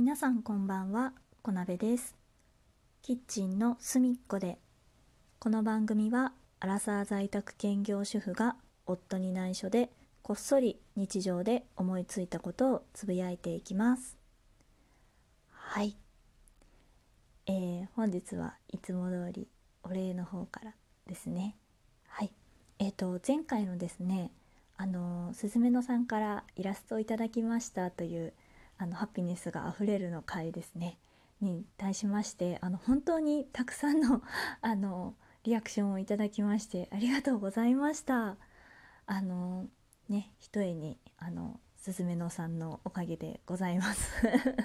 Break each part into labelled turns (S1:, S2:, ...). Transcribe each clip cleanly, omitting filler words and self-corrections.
S1: 皆さんこんばんは、こなべです。キッチンの隅っこで。この番組はアラサー在宅兼業主婦が夫に内緒でこっそり日常で思いついたことをつぶやいていきます。はい、本日はいつも通りお礼の方からですね。はい、前回のですね、すずめのさんからイラストをいただきましたというハピネスがあふれるの回ですねに対しまして、本当にたくさんのリアクションをいただきましてありがとうございました。ひとえにすずめのさんのおかげでございます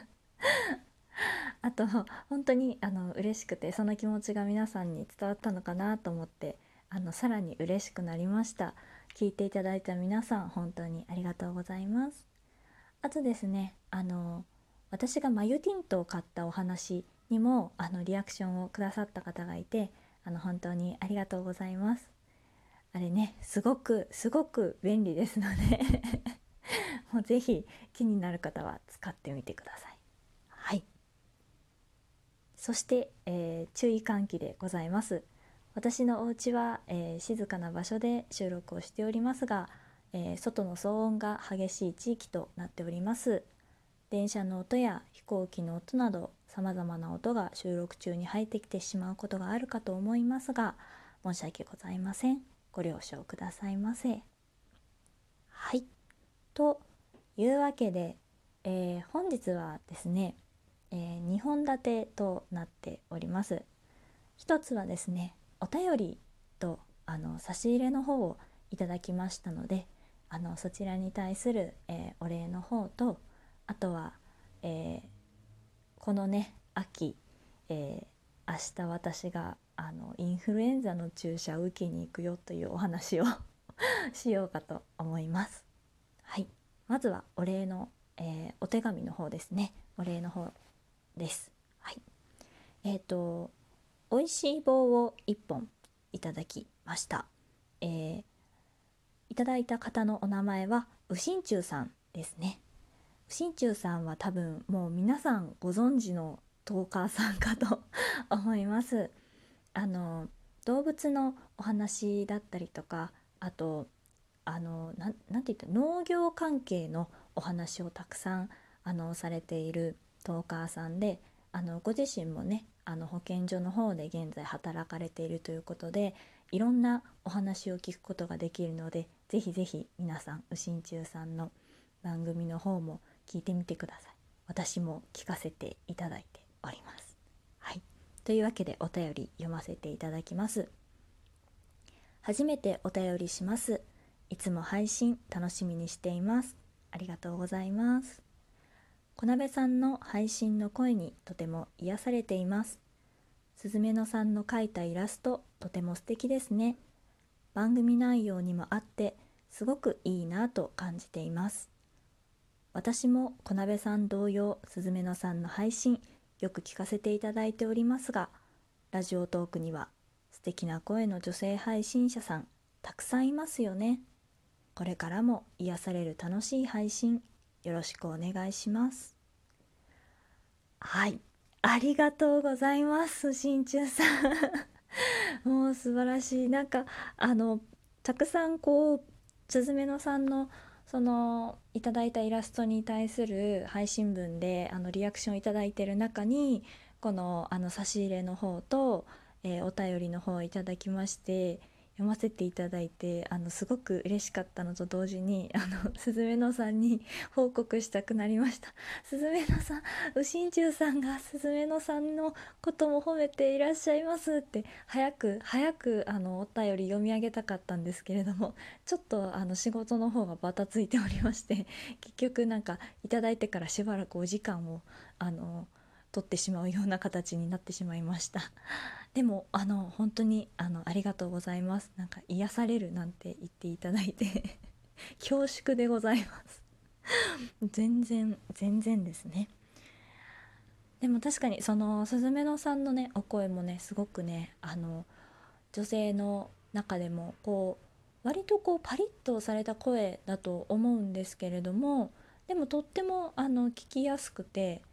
S1: あと本当に嬉しくて、その気持ちが皆さんに伝わったのかなと思ってさらに嬉しくなりました。聞いていただいた皆さん本当にありがとうございます。あとですね、私がマユティントを買ったお話にもリアクションをくださった方がいて、本当にありがとうございます。あれね、すごくすごく便利ですのでもうぜひ気になる方は使ってみてください。はい。そして、注意喚起でございます。私のお家は、静かな場所で収録をしておりますが、外の騒音が激しい地域となっております。電車の音や飛行機の音などさまざまな音が収録中に入ってきてしまうことがあるかと思いますが、申し訳ございません。ご了承くださいませ。はい。というわけで、本日はですね、2本立てとなっております。一つはですね、お便りと差し入れの方をいただきましたので、そちらに対する、お礼の方と、あとは、このね秋、明日私がインフルエンザの注射を受けに行くよというお話をしようかと思います。はい、まずはお礼の、お手紙の方ですね。お礼の方です。はい、おいしい棒を1本いただきました。いただいた方のお名前はうしんちゅうさんですね。うしんちゅうさんは多分もう皆さんご存知のトーカーさんかと思います。あの動物のお話だったりとか、あとなんて言った農業関係のお話をたくさんされているトーカーさんで、ご自身もね保健所の方で現在働かれているということで、いろんなお話を聞くことができるので、ぜひぜひ皆さんうしんちゅうさんの番組の方も聞いてみてください。私も聞かせていただいております。はい、というわけでお便り読ませていただきます。初めてお便りします。いつも配信楽しみにしています。ありがとうございます。こなべさんの配信の声にとても癒されています。すずめのさんの描いたイラスト、とても素敵ですね。番組内容にもあってすごくいいなと感じています。私もこなべさん同様、すずめのさんの配信よく聞かせていただいておりますが、ラジオトークには素敵な声の女性配信者さんたくさんいますよね。これからも癒される楽しい配信よろしくお願いします。はい、ありがとうございます、しんちゅうさんもう素晴らしい。なんかたくさんこうすずめのさんのそのいただいたイラストに対する配信文でリアクションいただいてる中に、この差し入れの方と、お便りの方をいただきまして、読ませていただいてすごく嬉しかったのと同時にすずめのさんに報告したくなりました。すずめのさん、うしんちゅうさんがすずめのさんのことも褒めていらっしゃいますって早く早くお便り読み上げたかったんですけれども、ちょっと仕事の方がバタついておりまして、結局なんかいただいてからしばらくお時間を取ってしまうような形になってしまいました。でも本当にありがとうございます。なんか癒されるなんて言っていただいて恐縮でございます全然全然ですね。でも確かにそのすずめのさんのねお声もねすごくね女性の中でもこう割とこうパリッとされた声だと思うんですけれども、でもとっても聞きやすくて、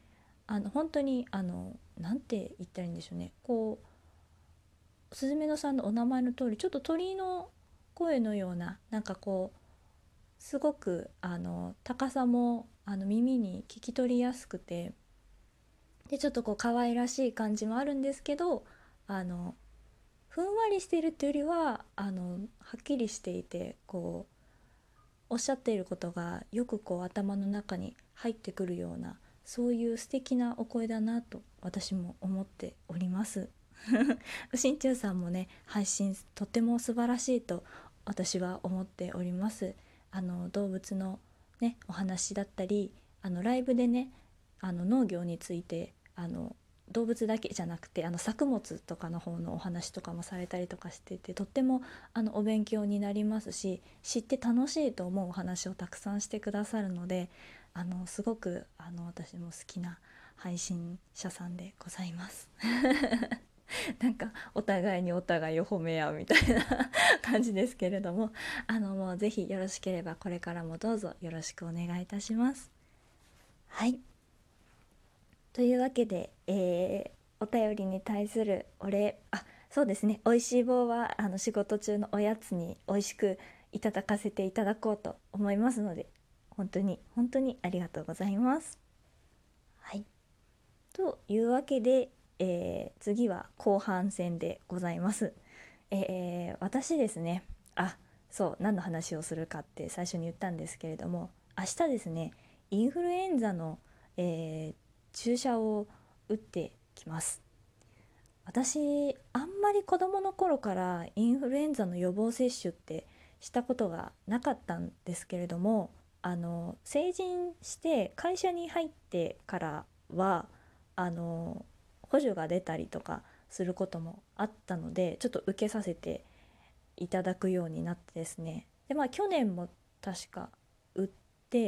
S1: 本当になんて言ったらいいんでしょうね、こうすずめのさんのお名前の通りちょっと鳥の声のような、なんかこうすごく高さも耳に聞き取りやすくて、でちょっとこう可愛らしい感じもあるんですけど、ふんわりしているというよりははっきりしていて、こうおっしゃっていることがよくこう頭の中に入ってくるような、そういう素敵なお声だなと私も思っております。うしんちゅうさんもね、配信とても素晴らしいと私は思っております。動物のねお話だったり、ライブでね農業について動物だけじゃなくて作物とかの方のお話とかもされたりとかしてて、とってもお勉強になりますし、知って楽しいと思うお話をたくさんしてくださるので、すごく私も好きな配信者さんでございます。なんかお互いにお互いを褒め合うみたいな感じですけれども、もうぜひよろしければこれからもどうぞよろしくお願いいたします。はい、というわけで、お便りに対するお礼、そうですね、おいしい棒は仕事中のおやつに美味しくいただかせていただこうと思いますので、本当に本当にありがとうございます。はい、というわけで、次は後半戦でございます。私ですね、そう何の話をするかって最初に言ったんですけれども、明日ですね、インフルエンザの、注射を打ってきます。私あんまり子どもの頃からインフルエンザの予防接種ってしたことがなかったんですけれども、成人して会社に入ってからは補助が出たりとかすることもあったので、ちょっと受けさせていただくようになってですね、で去年も確か打って、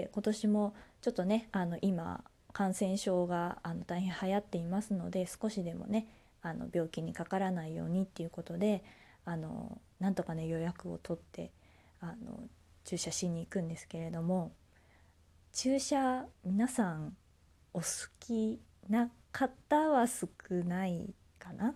S1: 今年もちょっとね今感染症が大変流行っていますので、少しでもね病気にかからないようにっていうことでなんとかね予約を取って注射しに行くんですけれども、注射皆さんお好きな方は少ないかな。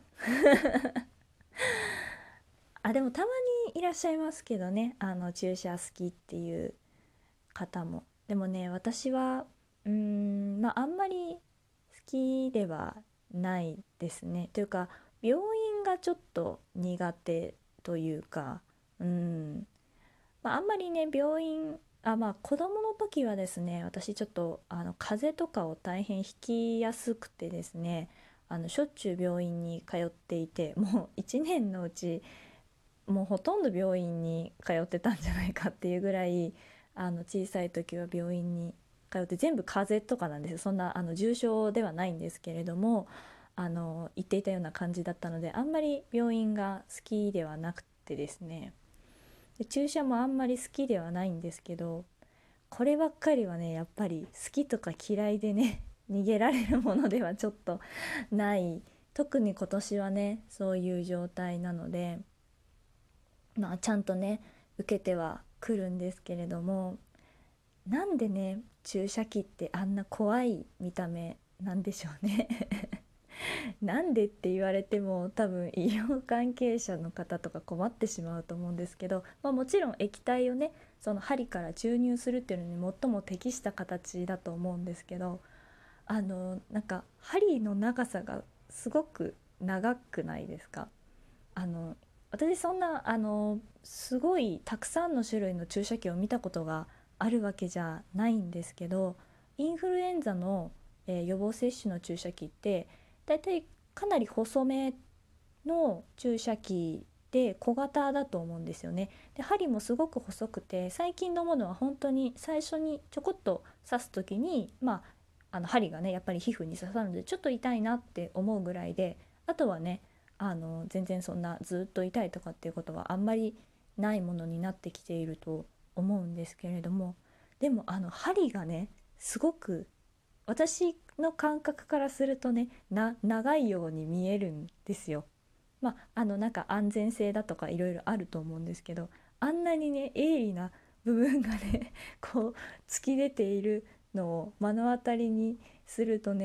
S1: でもたまにいらっしゃいますけどね、注射好きっていう方も。でもね、私はあんまり好きではないですね。というか病院がちょっと苦手というか、あんまりね病院子供の時はですね、私ちょっと風邪とかを大変ひきやすくてですね、しょっちゅう病院に通っていて、もう1年のうちもうほとんど病院に通ってたんじゃないかっていうぐらい小さい時は病院に通って、全部風邪とかなんですよ。そんな重症ではないんですけれども行っていたような感じだったので、あんまり病院が好きではなくてですね、で注射もあんまり好きではないんですけど、こればっかりはねやっぱり好きとか嫌いでね逃げられるものではちょっとない、特に今年はねそういう状態なので、ちゃんとね受けてはくるんですけれども、なんでね注射器ってあんな怖い見た目なんでしょうね。なんでって言われても多分医療関係者の方とか困ってしまうと思うんですけど、もちろん液体をねその針から注入するっていうのに最も適した形だと思うんですけど、なんか針の長さがすごく長くないですか？私そんなすごいたくさんの種類の注射器を見たことがあるわけじゃないんですけど、インフルエンザの、予防接種の注射器ってだいたいかなり細めの注射器で小型だと思うんですよね。で針もすごく細くて、最近のものは本当に最初にちょこっと刺す時に針がねやっぱり皮膚に刺さるのでちょっと痛いなって思うぐらいで、あとはね全然そんなずっと痛いとかっていうことはあんまりないものになってきていると思うんですけれども、でも針がねすごく私の感覚からするとね長いように見えるんですよ。なんか安全性だとかいろいろあると思うんですけど、あんなにね鋭利な部分がねこう突き出ているのを目の当たりにするとね、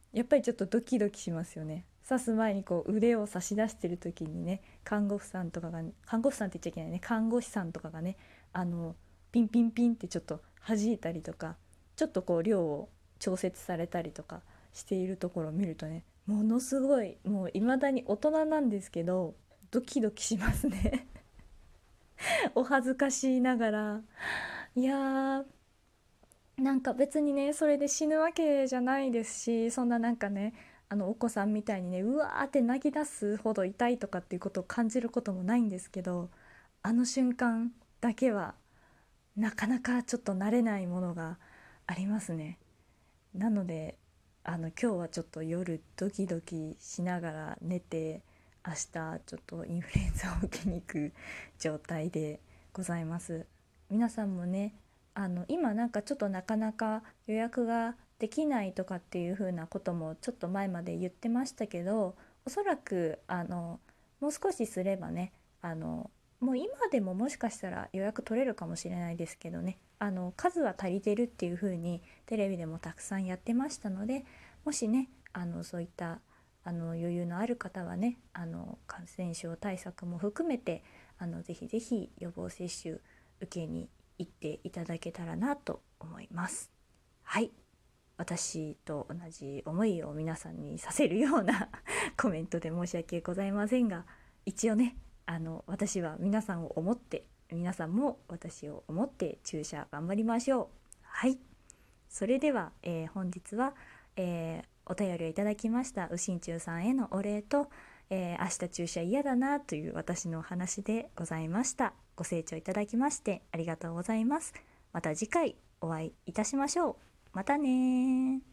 S1: やっぱりちょっとドキドキしますよね。刺す前にこう腕を差し出してる時にね、看護婦さんとかが、看護婦さんって言っちゃいけないね、看護師さんとかがね、あのピンピンピンってちょっと弾いたりとか、ちょっとこう量を調節されたりとかしているところを見るとね、ものすごい、もう未だに大人なんですけどドキドキしますね。お恥ずかしいながら。いやー、なんか別にねそれで死ぬわけじゃないですし、そんななんかね、お子さんみたいにねうわーって泣き出すほど痛いとかっていうことを感じることもないんですけど、あの瞬間だけはなかなかちょっと慣れないものがありますね。なので今日はちょっと夜ドキドキしながら寝て、明日ちょっとインフルエンザを受けに行く状態でございます。皆さんもね、今なんかちょっとなかなか予約ができないとかっていう風なこともちょっと前まで言ってましたけど、おそらくもう少しすればね、もう今でももしかしたら予約取れるかもしれないですけどね、数は足りてるっていう風にテレビでもたくさんやってましたので、もしねそういった余裕のある方はね、感染症対策も含めてぜひぜひ予防接種受けに行っていただけたらなと思います。はい、私と同じ思いを皆さんにさせるようなコメントで申し訳ございませんが、一応ね私は皆さんを思って、皆さんも私を思って注射頑張りましょう。はい、それでは、本日は、お便りをいただきましたうしんちゅうさんへのお礼と、明日注射嫌だなという私の話でございました。ご清聴いただきましてありがとうございます。また次回お会いいたしましょう。またね。